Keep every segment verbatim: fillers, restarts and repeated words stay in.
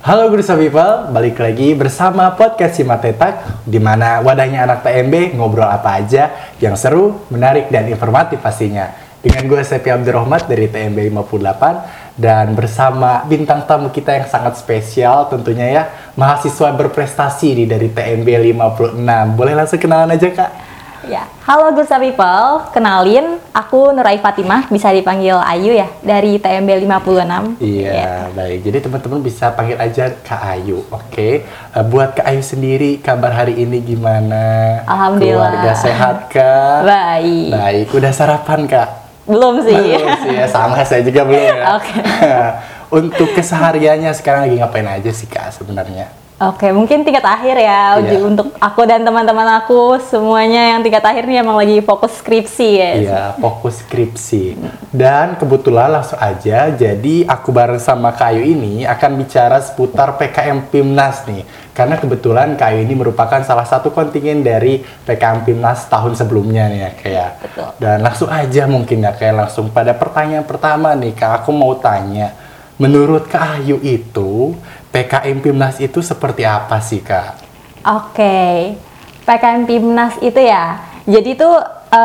Halo Guru People, balik lagi bersama podcast Simatetak, di mana wadahnya anak T M B ngobrol apa aja yang seru, menarik, dan informatif pastinya. Dengan gue Sepi Abdurrahmat dari T M B lima puluh delapan, dan bersama bintang tamu kita yang sangat spesial tentunya ya, mahasiswa berprestasi nih dari T M B lima puluh enam. Boleh langsung kenalan aja Kak? Ya, halo Guru People, kenalin aku Nurai Fatimah, bisa dipanggil Ayu ya, dari T M B lima puluh enam. Iya, yeah. Baik. Jadi teman-teman bisa panggil aja Kak Ayu, oke? Okay? Uh, buat Kak Ayu sendiri, kabar hari ini gimana? Alhamdulillah. Keluarga sehat Kak? Baik. Baik. Udah sarapan Kak? Belum sih. Belum sih ya, sama saya juga belum ya. Oke. Okay. Untuk kesehariannya sekarang lagi ngapain aja sih Kak sebenarnya? Oke, mungkin tingkat akhir ya, yeah. Untuk aku dan teman-teman aku semuanya yang tingkat akhir nih emang lagi fokus skripsi ya. Iya, yeah, fokus skripsi. Dan kebetulan langsung aja, jadi aku bareng sama Kak Ayu ini akan bicara seputar P K M Pimnas nih. Karena kebetulan Kak Ayu ini merupakan salah satu kontingen dari P K M Pimnas tahun sebelumnya nih ya kayak. Betul. Dan langsung aja mungkin ya kayak langsung pada pertanyaan pertama nih Kak, aku mau tanya. Menurut Kak Ayu itu P K M Pimnas itu seperti apa sih Kak? Oke, P K M Pimnas itu ya, jadi itu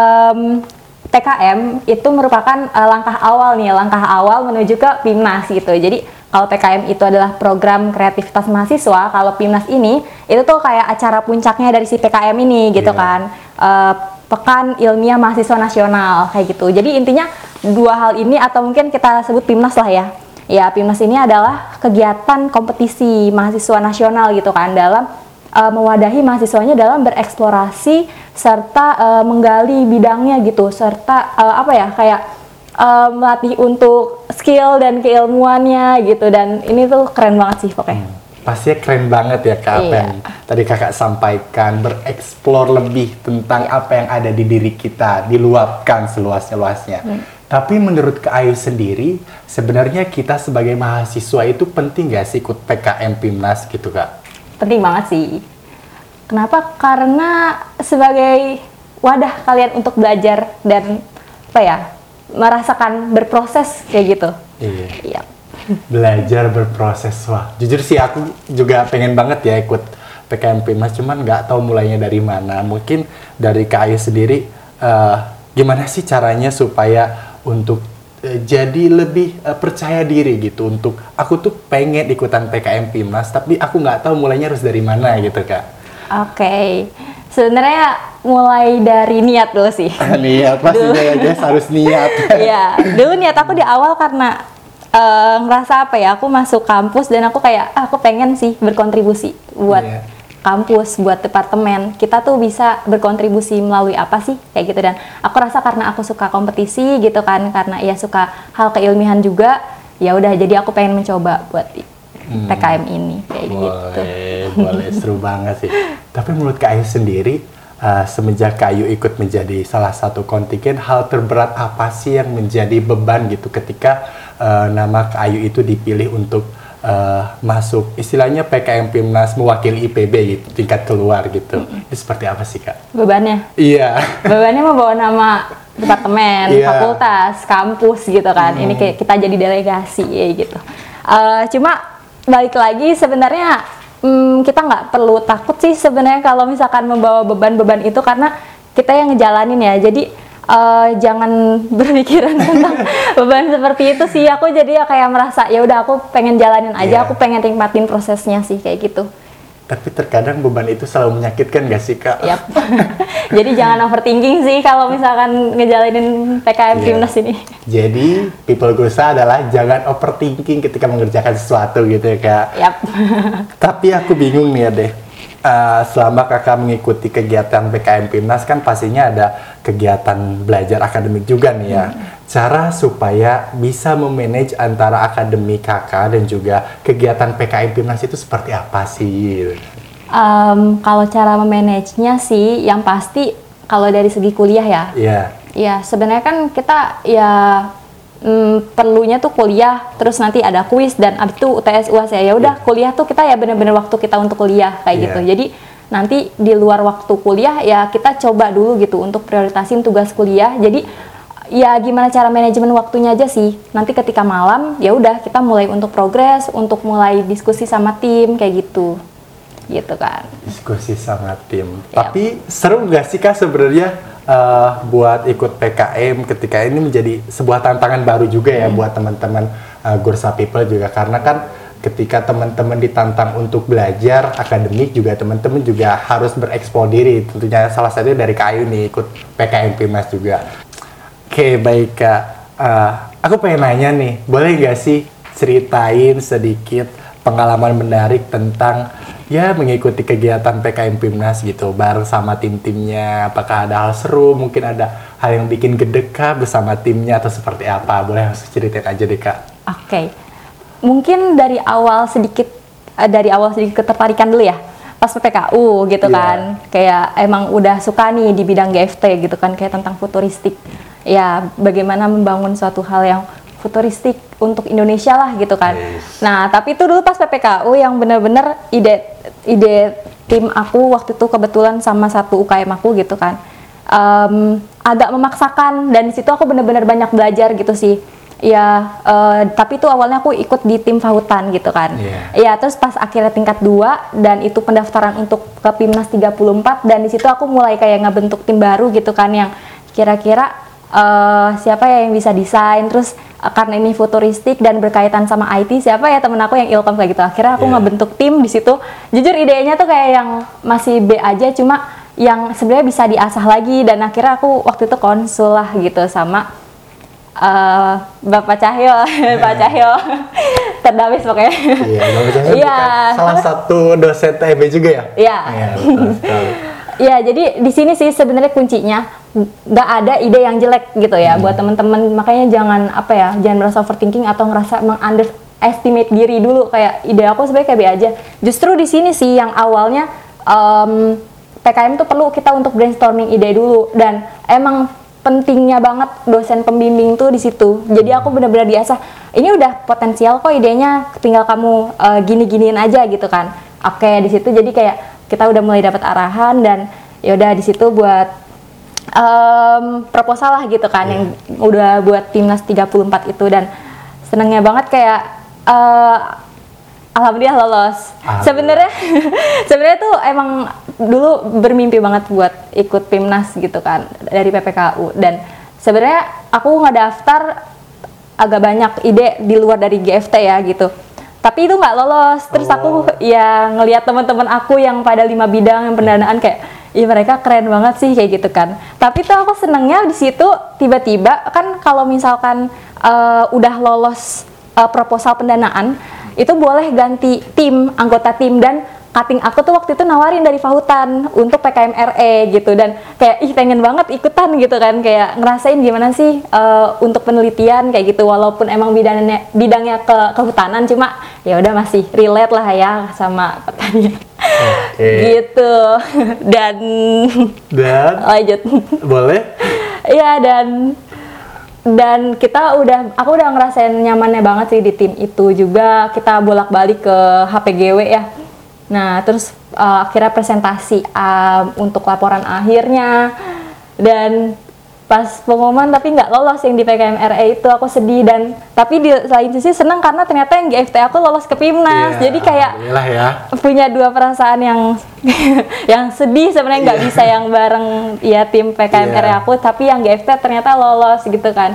um, P K M itu merupakan uh, langkah awal nih, langkah awal menuju ke Pimnas gitu. Jadi kalau P K M itu adalah program kreativitas mahasiswa, kalau Pimnas ini itu tuh kayak acara puncaknya dari si P K M ini gitu yeah. kan, uh, Pekan Ilmiah Mahasiswa Nasional kayak gitu. Jadi intinya dua hal ini atau mungkin kita sebut Pimnas lah ya. Ya, Pimnas ini adalah kegiatan kompetisi mahasiswa nasional gitu kan, dalam uh, mewadahi mahasiswanya dalam bereksplorasi serta uh, menggali bidangnya gitu, serta uh, apa ya kayak uh, melatih untuk skill dan keilmuannya gitu. Dan ini tuh keren banget sih pokoknya. Hmm, pastinya keren banget ya Kak, apa yang tadi Kakak sampaikan, bereksplor lebih tentang apa yang ada di diri kita, diluapkan seluas-luasnya. Hmm. Tapi menurut Kak Ayu sendiri, sebenarnya kita sebagai mahasiswa itu penting gak sih ikut P K M Pimnas gitu Kak? Penting banget sih. Kenapa? Karena sebagai wadah kalian untuk belajar dan apa ya, merasakan berproses kayak gitu. Iya. Iya. Belajar berproses, wah. Jujur sih aku juga pengen banget ya ikut P K M Pimnas, cuman nggak tahu mulainya dari mana. Mungkin dari Kak Ayu sendiri, uh, gimana sih caranya supaya untuk uh, jadi lebih uh, percaya diri gitu, untuk aku tuh pengen ikutan P K M Pimnas tapi aku nggak tahu mulainya harus dari mana gitu Kak. Oke, okay. Sebenarnya mulai dari niat dulu sih. Niat pastinya ya guys, harus niat. Iya, dulu niat aku di awal karena uh, ngerasa apa ya, aku masuk kampus dan aku kayak ah, aku pengen sih berkontribusi buat yeah. kampus, buat departemen. Kita tuh bisa berkontribusi melalui apa sih kayak gitu. Dan aku rasa karena aku suka kompetisi gitu kan, karena ya suka hal keilmihan juga, ya udah jadi aku pengen mencoba buat hmm. P K M ini kayak boleh, gitu. Boleh, seru banget sih. Tapi menurut Kak Ayu sendiri, uh, semenjak Kak Ayu ikut menjadi salah satu kontingen, hal terberat apa sih yang menjadi beban gitu ketika uh, nama Kak Ayu itu dipilih untuk Uh, masuk istilahnya P K M Pimnas mewakili I P B gitu, tingkat keluar gitu. Mm-hmm. Itu seperti apa sih Kak? Bebannya? Iya. Bebannya membawa nama departemen, yeah. fakultas, kampus gitu kan. Mm. Ini kayak kita jadi delegasi ya gitu. Uh, cuma balik lagi sebenarnya um, kita nggak perlu takut sih sebenarnya kalau misalkan membawa beban-beban itu, karena kita yang ngejalanin ya. Jadi Uh, jangan berpikiran tentang beban seperti itu sih. Aku jadi ya kayak merasa ya udah aku pengen jalanin aja, yeah. aku pengen nikmatin prosesnya sih kayak gitu. Tapi terkadang beban itu selalu menyakitkan gak sih Kak? Yap. Jadi jangan overthinking sih kalau misalkan ngejalanin P K M yeah. Pimnas ini. Jadi people Gosa adalah jangan overthinking ketika mengerjakan sesuatu gitu ya Kak. Yap. Tapi aku bingung nih ya deh. Uh, selama kakak mengikuti kegiatan P K M Pimnas kan pastinya ada kegiatan belajar akademik juga nih ya. Hmm. Cara supaya bisa memanage antara akademik kakak dan juga kegiatan P K M Pimnas itu seperti apa sih? Um, kalau cara memanagenya sih, yang pasti kalau dari segi kuliah ya. Iya. Yeah. Ya sebenarnya kan kita ya Hmm, perlunya tuh kuliah, terus nanti ada kuis dan abis itu U T S U A S ya. Ya udah yeah. kuliah tuh kita ya bener-bener waktu kita untuk kuliah kayak yeah. gitu. Jadi nanti di luar waktu kuliah ya kita coba dulu gitu untuk prioritasin tugas kuliah. Jadi ya gimana cara manajemen waktunya aja sih. Nanti ketika malam ya udah kita mulai untuk progres, untuk mulai diskusi sama tim kayak gitu. Gitu kan. Diskusi sama tim. Yep. Tapi seru nggak sih Kak sebenarnya uh, buat ikut P K M ketika ini menjadi sebuah tantangan baru juga ya hmm. buat teman-teman uh, Gursa People juga, karena kan ketika teman-teman ditantang untuk belajar akademik juga teman-teman juga harus berekspor diri. Tentunya salah satunya dari Kak Ayu nih ikut P K M Pimnas juga. Oke, baik Kak. Uh, aku pengen nanya nih, boleh nggak sih ceritain sedikit pengalaman menarik tentang ya mengikuti kegiatan P K M Pimnas gitu bareng sama tim-timnya? Apakah ada hal seru, mungkin ada hal yang bikin gede Kak bersama timnya atau seperti apa? Boleh langsung ceritain aja deh Kak. Oke, okay. Mungkin dari awal sedikit uh, dari awal sedikit ketertarikan dulu ya. Pas P K U gitu yeah. kan, kayak emang udah suka nih di bidang G F T gitu kan, kayak tentang futuristik. Ya, bagaimana membangun suatu hal yang futuristik untuk Indonesia lah gitu kan. Yes. Nah, tapi itu dulu pas P P K U yang bener-bener ide ide tim aku waktu itu kebetulan sama satu U K M aku gitu kan. Um, agak memaksakan dan di situ aku bener-bener banyak belajar gitu sih. Ya, uh, tapi itu awalnya aku ikut di tim Fahutan gitu kan. Yeah. Ya, terus pas akhirnya tingkat dua dan itu pendaftaran untuk ke Pimnas tiga puluh empat dan di situ aku mulai kayak ngebentuk tim baru gitu kan yang kira-kira Uh, siapa ya yang bisa desain, terus uh, karena ini futuristik dan berkaitan sama I T, siapa ya temen aku yang ilkom kayak gitu. Akhirnya aku yeah. ngebentuk tim di situ. Jujur idenya tuh kayak yang masih B aja, cuma yang sebenarnya bisa diasah lagi, dan akhirnya aku waktu itu konsul lah gitu sama uh, Bapak Cahyo, yeah. Pak Cahyo terdabis pokoknya. Iya, yeah, Bapak Cahyo yeah. salah satu dosen T E B juga ya? Iya. Yeah. Iya, jadi di sini sih sebenarnya kuncinya nggak ada ide yang jelek gitu ya hmm. buat teman-teman, makanya jangan apa ya, jangan merasa overthinking atau ngerasa meng-underestimate diri dulu kayak ide aku sebenarnya kayak B aja. Justru di sini sih yang awalnya um, P K M tuh perlu kita untuk brainstorming ide dulu, dan emang pentingnya banget dosen pembimbing tuh di situ. Jadi aku benar-benar diasah, ini udah potensial kok idenya, tinggal kamu uh, gini-giniin aja gitu kan. Oke, di situ jadi kayak kita udah mulai dapat arahan, dan ya udah di situ buat um, proposal lah gitu kan, yeah. yang udah buat Timnas tiga puluh empat itu, dan senengnya banget kayak uh, alhamdulillah lolos. Sebenarnya sebenarnya tuh emang dulu bermimpi banget buat ikut Pimnas gitu kan dari P P K U, dan sebenarnya aku ngedaftar agak banyak ide di luar dari G F T ya gitu. Tapi itu nggak lolos. Terus aku oh. ya ngelihat teman-teman aku yang pada lima bidang yang pendanaan kayak, ih mereka keren banget sih kayak gitu kan. Tapi tuh aku senengnya di situ tiba-tiba kan kalau misalkan uh, udah lolos uh, proposal pendanaan, itu boleh ganti tim, anggota tim, dan cutting aku tuh waktu itu nawarin dari Fahutan untuk P K M R E gitu, dan kayak ih pengen banget ikutan gitu kan, kayak ngerasain gimana sih uh, untuk penelitian kayak gitu, walaupun emang bidangnya bidangnya ke kehutanan, cuma ya udah masih relate lah ya sama pertanian. Okay. Gitu. Dan dan lanjut. Boleh? Iya, dan dan kita udah aku udah ngerasain nyamannya banget sih di tim itu juga. Kita bolak-balik ke H P G W ya. Nah, terus uh, akhirnya presentasi um, untuk laporan akhirnya, dan pas pengumuman tapi nggak lolos yang di P K M R E itu, aku sedih, dan tapi di lain sisi senang karena ternyata yang G F T aku lolos ke Pimnas. Yeah, jadi kayak ya. punya dua perasaan yang yang sedih sebenarnya, nggak yeah. bisa yang bareng ya tim P K M R E yeah. aku, tapi yang G F T ternyata lolos gitu kan.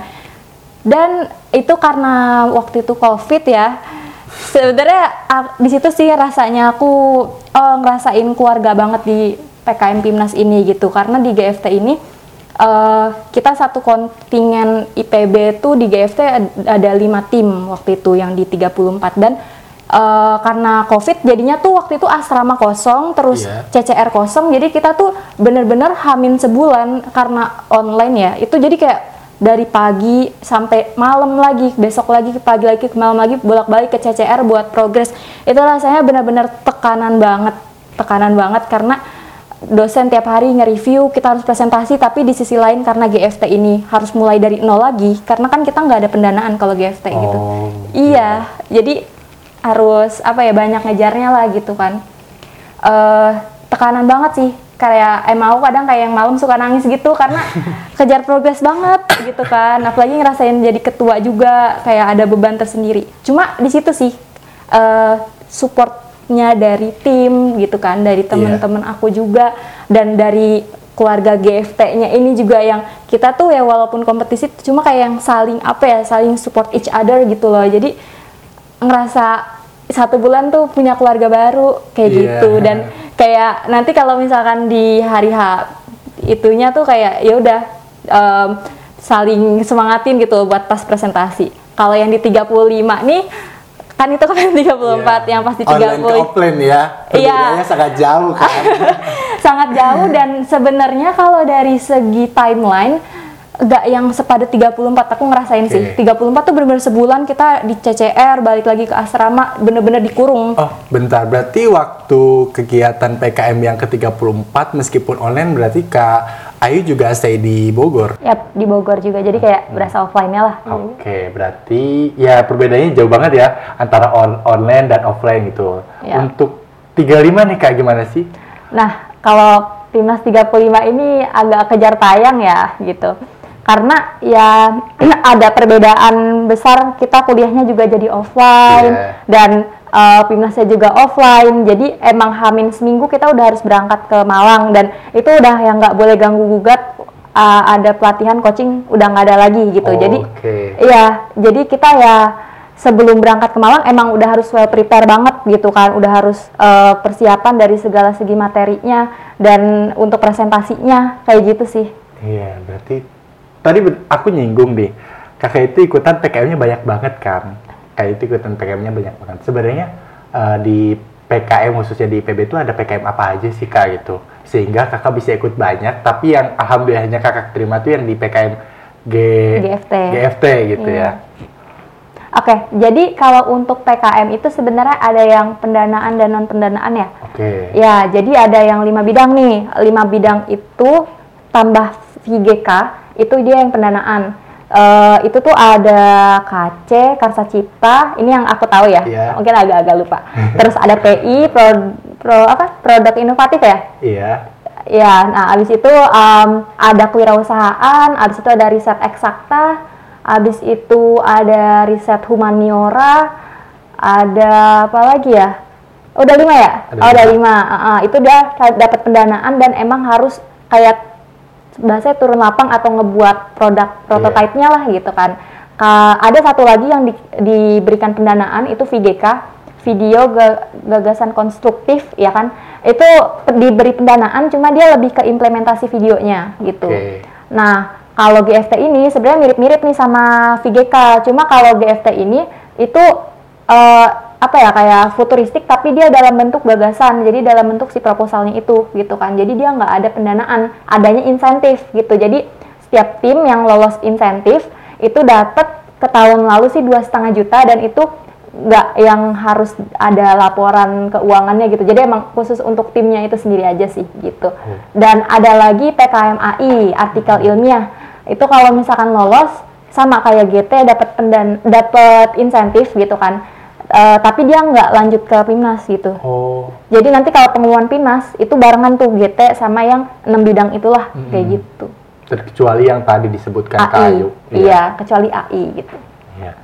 Dan itu karena waktu itu COVID ya. Sebenarnya di situ sih rasanya aku oh, ngerasain keluarga banget di P K M Pimnas ini gitu, karena di G F T ini uh, kita satu kontingen I P B tuh di G F T ada lima tim waktu itu yang di tiga puluh empat, dan uh, karena COVID jadinya tuh waktu itu asrama kosong, terus yeah. C C R kosong, jadi kita tuh bener-bener hamin sebulan karena online ya, itu jadi kayak dari pagi sampai malam lagi, besok lagi, pagi lagi, ke malam lagi, bolak-balik ke C C R buat progres. Itu rasanya benar-benar tekanan banget, tekanan banget karena dosen tiap hari nge-review, kita harus presentasi, tapi di sisi lain karena G F T ini harus mulai dari nol lagi, karena kan kita nggak ada pendanaan kalau G F T oh, gitu. Iya, yeah. jadi harus apa ya, banyak ngejarnya lah gitu kan. Uh, tekanan banget sih, kayak emang aku kadang kayak yang malam suka nangis gitu karena kejar progres banget gitu kan, apalagi ngerasain jadi ketua juga kayak ada beban tersendiri. Cuma di situ sih uh, supportnya dari tim gitu kan, dari teman-teman yeah. aku juga dan dari keluarga G F T-nya ini juga yang kita tuh ya walaupun kompetisi cuma kayak yang saling apa ya saling support each other gitu loh. Jadi ngerasa satu bulan tuh punya keluarga baru kayak yeah. gitu, dan kayak nanti kalau misalkan di hari H itunya tuh kayak ya udah um, saling semangatin gitu buat pas presentasi. Kalau yang di tiga puluh lima nih kan itu kan tiga puluh empat yeah. yang pasti tiga puluh. Online ke offline ya. Perbedaannya yeah. sangat jauh kan. Sangat jauh, dan sebenarnya kalau dari segi timeline gak yang sepadat tiga puluh empat, aku ngerasain okay. sih tiga puluh empat tuh bener-bener sebulan kita di C C R, balik lagi ke asrama, bener-bener dikurung. Oh bentar, berarti waktu kegiatan P K M yang ke tiga puluh empat meskipun online berarti Kak Ayu juga stay di Bogor? Yap, di Bogor juga, jadi kayak hmm. berasa offline-nya lah. Oke, okay, berarti ya perbedaannya jauh banget ya antara on online dan offline gitu. Yap. Untuk tiga puluh lima nih Kak, gimana sih? Nah, kalau Timnas tiga puluh lima ini agak kejar tayang ya gitu. Karena ya ada perbedaan besar, kita kuliahnya juga jadi offline yeah. dan uh, Pimnasnya juga offline, jadi emang hamin seminggu kita udah harus berangkat ke Malang, dan itu udah yang nggak boleh ganggu gugat, uh, ada pelatihan coaching udah nggak ada lagi gitu. Oh, jadi okay. ya jadi kita ya sebelum berangkat ke Malang emang udah harus well prepare banget gitu kan, udah harus uh, persiapan dari segala segi materinya dan untuk presentasinya kayak gitu sih. Iya, berarti tadi aku nyinggung deh, kakak itu ikutan P K M-nya banyak banget kan? Kakak itu ikutan P K M-nya banyak banget. Sebenarnya uh, di P K M khususnya di I P B itu ada P K M apa aja sih Kak gitu? Sehingga kakak bisa ikut banyak, tapi yang alhamdulillahnya kakak terima tuh yang di P K M G... G F T. G F T gitu iya. ya. Oke, okay, jadi kalau untuk P K M itu sebenarnya ada yang pendanaan dan non pendanaan ya. Oke. Okay. Ya, jadi ada yang lima bidang nih. Lima bidang itu tambah V G K, itu dia yang pendanaan. Uh, itu tuh ada K C, Karsa Cipta, ini yang aku tahu ya. Yeah. Mungkin agak-agak lupa. Terus ada P I, pro, pro apa? Produk inovatif ya. Iya. Yeah. Ya, nah abis itu um, ada kewirausahaan, abis itu ada riset eksakta, abis itu ada riset humaniora, ada apa lagi ya? Oh, udah lima ya? Ada oh, udah lima. Uh, uh, itu udah dapat pendanaan dan emang harus kayak bahasanya turun lapang atau ngebuat produk prototipe-nya yeah. lah gitu kan. Ka, ada satu lagi yang di, diberikan pendanaan itu V G K, video ga, gagasan konstruktif ya kan. Itu diberi pendanaan, cuma dia lebih ke implementasi videonya gitu. Okay. Nah, kalau G F T ini sebenarnya mirip-mirip nih sama V G K, cuma kalau G F T ini itu uh, apa ya kayak futuristik, tapi dia dalam bentuk gagasan, jadi dalam bentuk si proposalnya itu gitu kan. Jadi dia nggak ada pendanaan, adanya insentif gitu. Jadi setiap tim yang lolos insentif itu dapat ke tahun lalu sih dua setengah juta, dan itu nggak yang harus ada laporan keuangannya gitu. Jadi emang khusus untuk timnya itu sendiri aja sih gitu. Dan ada lagi P K M A I, artikel ilmiah. Itu kalau misalkan lolos sama kayak G T dapat pendan dapat insentif gitu kan. Uh, tapi dia nggak lanjut ke Pimnas gitu. Oh. Jadi nanti kalau pengumuman Pimnas itu barengan tuh G T sama yang enam bidang itulah hmm. kayak gitu. Terkecuali yang tadi disebutkan Kak Ayu. Iya, ya, kecuali A I gitu. Iya.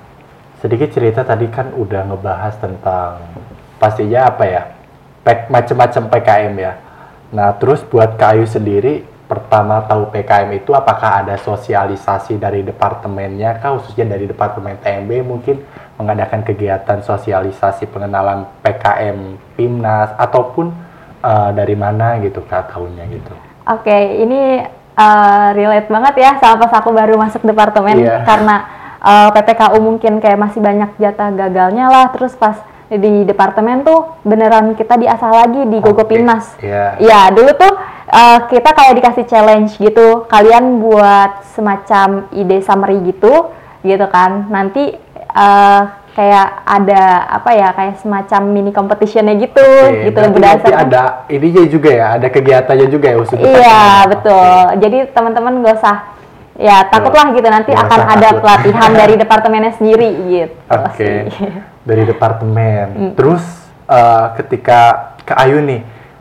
Sedikit cerita tadi kan udah ngebahas tentang pastinya apa ya, macam-macam P K M ya. Nah terus buat Kak Ayu sendiri pertama tahu P K M itu apakah ada sosialisasi dari departemennya kah, khususnya dari departemen T M B mungkin mengadakan kegiatan sosialisasi pengenalan P K M Pimnas ataupun uh, dari mana gitu Kak tahunnya gitu. Oke, okay, ini uh, relate banget ya sama pas aku baru masuk departemen yeah. karena uh, P P K U mungkin kayak masih banyak jatah gagalnya lah, terus pas di departemen tuh beneran kita diasah lagi di Gogo okay. Pimnas. Yeah. Ya, dulu tuh uh, kita kayak dikasih challenge gitu, kalian buat semacam ide summary gitu, gitu kan. Nanti uh, kayak ada apa ya, kayak semacam mini competitionnya gitu, okay, gitu berdasarkan. Ada ininya juga ya, ada kegiatannya juga ya usul. Iya betul. Okay. Jadi teman-teman gak usah ya takutlah gitu, nanti akan ada takut. Pelatihan dari departemennya sendiri gitu. Oke. Okay. Dari departemen. Hmm. Terus uh, ketika Kak Ayu nih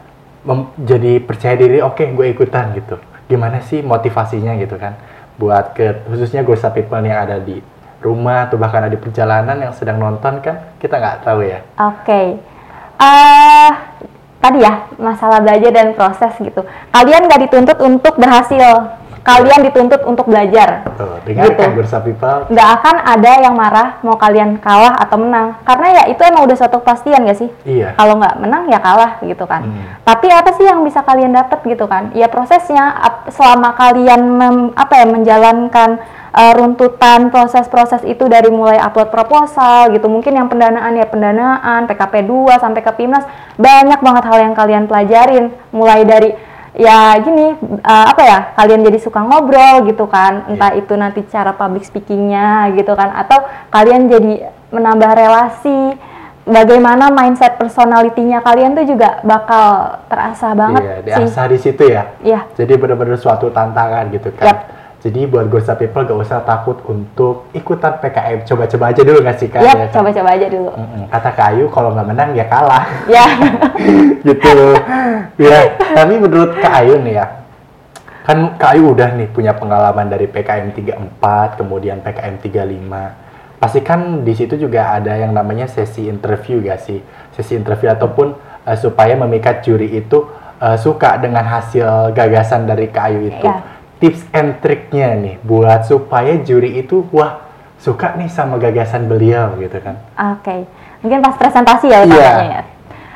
mem- jadi percaya diri, oke gue ikutan gitu. Gimana sih motivasinya gitu kan? Buat ke khususnya Gosa People yang ada di rumah atau bahkan ada di perjalanan yang sedang nonton kan, kita nggak tahu ya. Oke. Okay. Uh, tadi ya, masalah belajar dan proses gitu. Kalian nggak dituntut untuk berhasil. Kalian dituntut untuk belajar. Tuh, dengarkan gitu. Gosa People. Nggak akan ada yang marah mau kalian kalah atau menang. Karena ya itu emang udah suatu kepastian nggak sih? Iya. Kalau nggak menang ya kalah gitu kan. Hmm. Tapi apa sih yang bisa kalian dapat gitu kan? Ya prosesnya selama kalian mem, apa ya menjalankan uh, runtutan proses-proses itu dari mulai upload proposal gitu. Mungkin yang pendanaan ya pendanaan, P K P dua sampai ke PIMNAS. Banyak banget hal yang kalian pelajarin. Mulai dari ya gini, uh, apa ya, kalian jadi suka ngobrol gitu kan, entah yeah. itu nanti cara public speakingnya gitu kan, atau kalian jadi menambah relasi, bagaimana mindset personality-nya kalian tuh juga bakal terasa banget yeah, sih. Diasah di situ ya. Iya. Yeah. Jadi benar-benar suatu tantangan gitu kan. Yep. Jadi buat Gosa People gak usah takut untuk ikutan P K M, coba-coba aja dulu nggak sih Kak? Iya, ya, coba-coba aja dulu. Mm-mm. Kata Kak Ayu, kalau nggak menang ya kalah. Iya. Gitu. Ya, tapi menurut Kak Ayu nih ya, kan Kak Ayu udah nih punya pengalaman dari P K M tiga puluh empat, kemudian P K M tiga puluh lima. Pasti kan di situ juga ada yang namanya sesi interview gak sih? Sesi interview ataupun uh, supaya memikat juri itu uh, suka dengan hasil gagasan dari Kak Ayu itu. Yeah. Tips and triknya nih buat supaya juri itu wah suka nih sama gagasan beliau gitu kan. Oke, okay. Mungkin pas presentasi ya utamanya yeah. ya.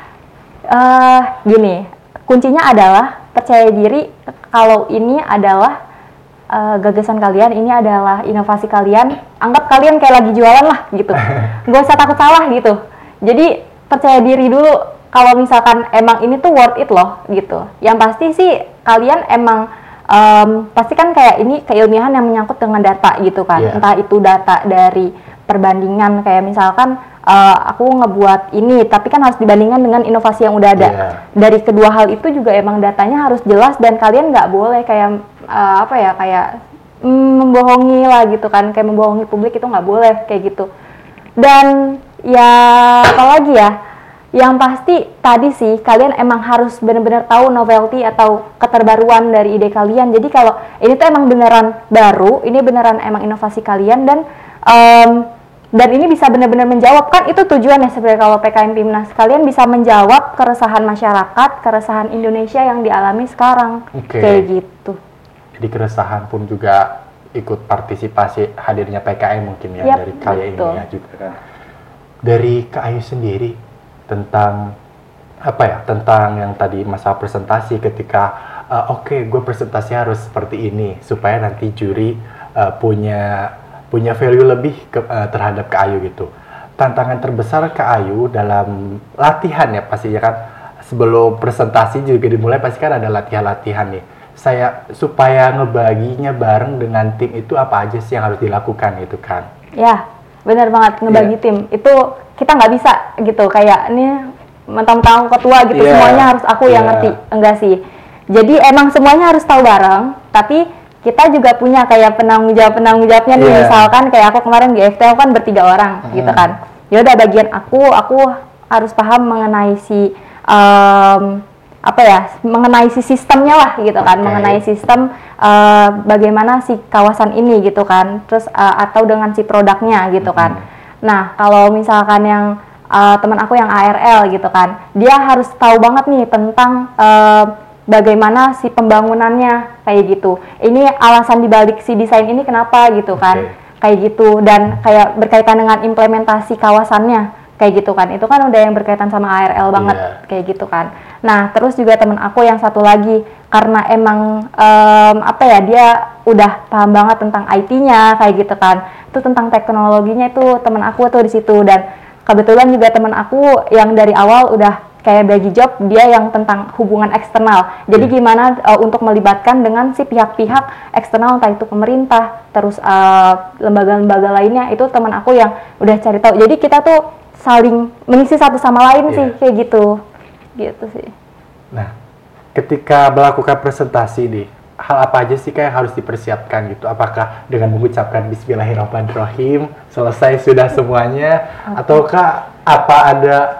Uh, gini, kuncinya adalah percaya diri kalau ini adalah uh, gagasan kalian, ini adalah inovasi kalian. Anggap kalian kayak lagi jualan lah gitu. Gak usah takut salah gitu. Jadi percaya diri dulu kalau misalkan emang ini tuh worth it loh gitu. Yang pasti sih kalian emang Um, pasti kan kayak ini keilmiahan yang menyangkut dengan data gitu kan, yeah. entah itu data dari perbandingan kayak misalkan uh, aku ngebuat ini, tapi kan harus dibandingkan dengan inovasi yang udah ada. Yeah. Dari kedua hal itu juga emang datanya harus jelas dan kalian nggak boleh kayak uh, apa ya kayak mm, membohongi lah gitu kan, kayak membohongi publik itu nggak boleh kayak gitu. Dan ya apalagi ya. Yang pasti tadi sih kalian emang harus benar-benar tahu novelty atau keterbaruan dari ide kalian. Jadi kalau ini tuh emang beneran baru, ini beneran emang inovasi kalian dan um, dan ini bisa benar-benar menjawab, kan itu tujuannya sebenarnya kalau P K M PIMNAS, kalian bisa menjawab keresahan masyarakat, keresahan Indonesia yang dialami sekarang. Okay. Kayak gitu. Jadi keresahan pun juga ikut partisipasi hadirnya P K M mungkin ya. Yep, dari kali ini ya juga kan. Dari Kak Ayu sendiri tentang apa ya, tentang yang tadi masalah presentasi ketika uh, oke okay, gue presentasi harus seperti ini supaya nanti juri uh, punya punya value lebih ke, uh, terhadap Kak Ayu gitu. Tantangan terbesar Kak Ayu dalam latihan ya pastinya kan, sebelum presentasi juga dimulai pasti kan ada latihan-latihan nih. Saya supaya ngebaginya bareng dengan tim itu apa aja sih yang harus dilakukan gitu kan? Ya, benar banget, ngebagi yeah. tim itu kita nggak bisa gitu kayak ini mentang-mentang ketua gitu yeah. semuanya harus aku yeah. yang ngerti, enggak sih. Jadi emang semuanya harus tahu bareng, tapi kita juga punya kayak penanggung jawab penanggung jawabnya nih, yeah. misalkan kayak aku kemarin G F T aku kan bertiga orang hmm. gitu kan. Ya udah bagian aku aku harus paham mengenai si um, apa ya, mengenai si sistemnya lah gitu kan, okay. mengenai sistem uh, bagaimana si kawasan ini gitu kan, terus uh, atau dengan si produknya gitu kan. Hmm. Nah, kalau misalkan yang uh, teman aku yang A R L gitu kan, dia harus tahu banget nih tentang uh, bagaimana si pembangunannya kayak gitu. Ini alasan dibalik si desain ini kenapa gitu kan, okay. kayak gitu. Dan kayak berkaitan dengan implementasi kawasannya kayak gitu kan. Itu kan udah yang berkaitan sama A R L banget yeah. kayak gitu kan. Nah, terus juga teman aku yang satu lagi karena emang um, apa ya, dia udah paham banget tentang I T-nya kayak gitu kan. Itu tentang teknologinya itu teman aku tuh di situ, dan kebetulan juga teman aku yang dari awal udah kayak bagi job dia yang tentang hubungan eksternal. Jadi hmm. gimana uh, untuk melibatkan dengan si pihak-pihak eksternal, entah itu pemerintah, terus uh, lembaga-lembaga lainnya, itu teman aku yang udah cari tahu. Jadi kita tuh saling mengisi satu sama lain yeah. sih kayak gitu. Gitu sih. Nah, ketika melakukan presentasi nih, hal apa aja sih kayak harus dipersiapkan gitu? Apakah dengan mengucapkan Bismillahirrahmanirrahim selesai sudah semuanya, okay. ataukah apa ada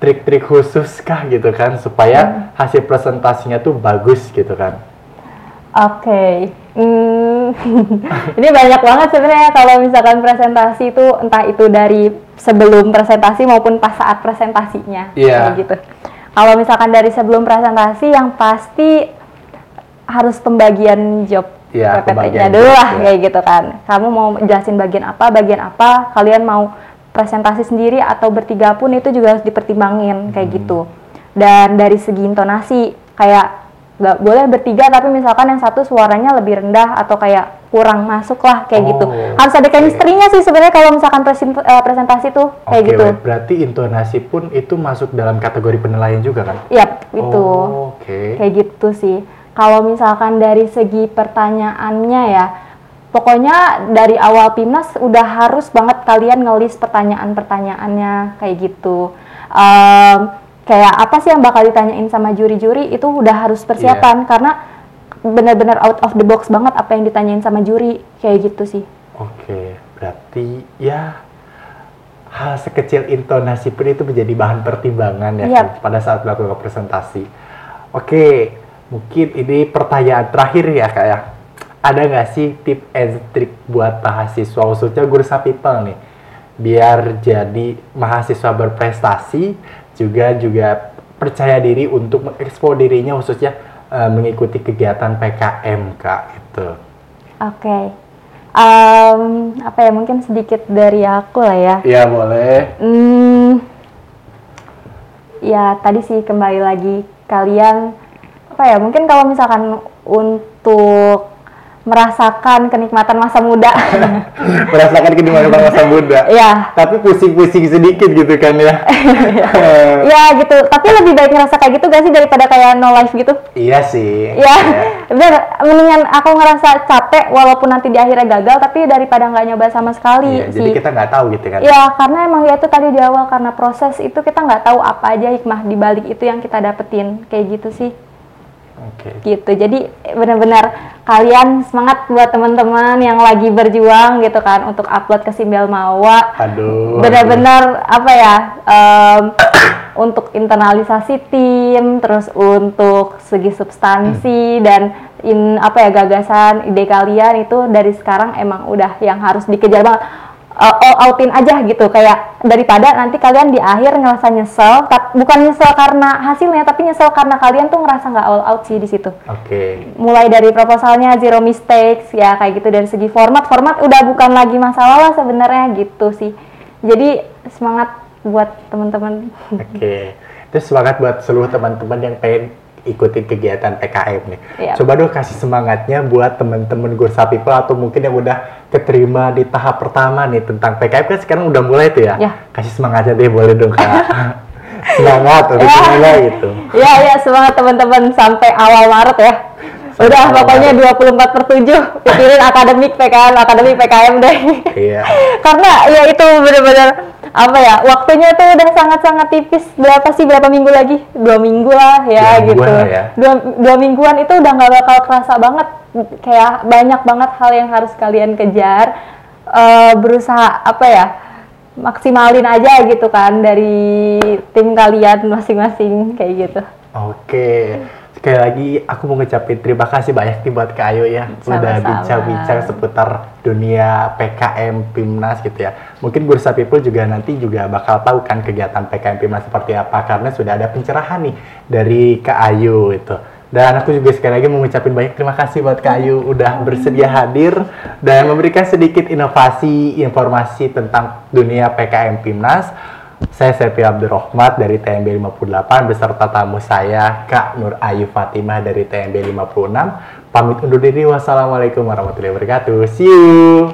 trik-trik khusus kah gitu kan supaya hmm. hasil presentasinya tuh bagus gitu kan? Oke, okay. hmm, ini banyak banget sebenarnya kalau misalkan presentasi itu entah itu dari sebelum presentasi maupun pas saat presentasinya, yeah. kayak gitu. Kalau misalkan dari sebelum presentasi yang pasti harus pembagian job yeah, P P T-nya dulu lah, ya. Kayak gitu kan. Kamu mau jelasin bagian apa, bagian apa, kalian mau presentasi sendiri atau bertiga pun itu juga harus dipertimbangin kayak hmm. gitu. Dan dari segi intonasi kayak nggak boleh bertiga tapi misalkan yang satu suaranya lebih rendah atau kayak kurang masuk lah kayak oh, gitu. Harus ada chemistry-nya okay. sih sebenarnya kalau misalkan presen, uh, presentasi tuh kayak okay, gitu. Berarti intonasi pun itu masuk dalam kategori penilaian juga kan? Iya, yep, itu. Oh, okay. Kayak gitu sih. Kalau misalkan dari segi pertanyaannya ya, pokoknya dari awal PIMNAS udah harus banget kalian ngelis pertanyaan-pertanyaannya kayak gitu. Um, kayak apa sih yang bakal ditanyain sama juri-juri itu udah harus persiapan yeah. karena benar-benar out of the box banget apa yang ditanyain sama juri kayak gitu sih. Oke, okay, berarti ya hal sekecil intonasi pun itu menjadi bahan pertimbangan ya yep. kan, pada saat melakukan presentasi. Oke, okay, mungkin ini pertanyaan terakhir ya Kak ya. Ada nggak sih tip and trick buat mahasiswa khususnya Gursa People nih biar jadi mahasiswa berprestasi juga juga percaya diri untuk mengekspor dirinya khususnya uh, mengikuti kegiatan P K M Kak itu. Oke, okay. um, apa ya mungkin sedikit dari aku lah ya. Iya boleh. Hmm, ya tadi sih kembali lagi kalian apa ya mungkin kalau misalkan untuk merasakan kenikmatan masa muda. Merasakan kenikmatan masa muda. Iya. Tapi pusing-pusing sedikit gitu kan ya. Iya gitu. Tapi lebih baik ngerasa kayak gitu gak sih daripada kayak no life gitu? Iya sih. Iya. Bener. Mendingan aku ngerasa capek walaupun nanti di akhirnya gagal, tapi daripada nggak nyoba sama sekali. Iya, sih. Jadi kita nggak tahu gitu kan? Iya, karena emang ya itu tadi di awal karena proses itu kita nggak tahu apa aja hikmah di balik itu yang kita dapetin kayak gitu sih. Oke. Okay. Gitu. Jadi benar-benar kalian semangat buat teman-teman yang lagi berjuang gitu kan untuk upload ke Simbel Mawa. Aduh. Benar-benar apa ya? Um, untuk internalisasi tim, terus untuk segi substansi hmm. dan in apa ya gagasan ide kalian itu dari sekarang emang udah yang harus dikejar banget. Uh, all outin aja gitu kayak daripada nanti kalian di akhir ngerasa nyesel tak, bukan nyesel karena hasilnya tapi nyesel karena kalian tuh ngerasa nggak all out sih di situ. Oke. Okay. Mulai dari proposalnya zero mistakes ya kayak gitu dari segi format format udah bukan lagi masalah lah sebenarnya gitu sih. Jadi semangat buat teman-teman. Oke. Okay. Terus semangat buat seluruh teman-teman yang pengen ikutin kegiatan P K M nih. Yep. Coba dong kasih semangatnya buat teman-teman Gursa People atau mungkin yang udah keterima di tahap pertama nih tentang P K M kan sekarang udah mulai tuh ya. Yeah. Kasih semangatnya deh boleh dong Kak. Semangat untuk yeah. mulai gitu. Iya yeah, iya semangat teman-teman sampai awal Maret ya. Sampai udah pokoknya dua puluh empat per tujuh pikirin akademik P K M, akademik P K M deh. Iya. Karena ya itu benar-benar apa ya waktunya tuh udah sangat-sangat tipis. Berapa sih berapa minggu lagi? Dua minggu lah ya dua gitu ya. dua, dua mingguan itu udah nggak bakal kerasa banget kayak banyak banget hal yang harus kalian kejar. Uh, berusaha apa ya maksimalin aja gitu kan dari tim kalian masing-masing kayak gitu. Oke. Sekali lagi aku mau ngucapin terima kasih banyak nih buat Kak Ayu ya. Sama-sama. Udah bincang-bincang seputar dunia P K M PIMNAS gitu ya. Mungkin Gursa People juga nanti juga bakal tahu kan kegiatan P K M PIMNAS seperti apa karena sudah ada pencerahan nih dari Kak Ayu itu. Dan aku juga sekali lagi mau ngucapin banyak terima kasih buat Kak Ayu udah bersedia hadir dan memberikan sedikit inovasi informasi tentang dunia P K M PIMNAS. Saya Sepia Abdurrahmat dari T M B lima puluh delapan beserta tamu saya Kak Nur Ayu Fatimah dari T M B lima puluh enam. Pamit undur diri. Wassalamualaikum warahmatullahi wabarakatuh. See you.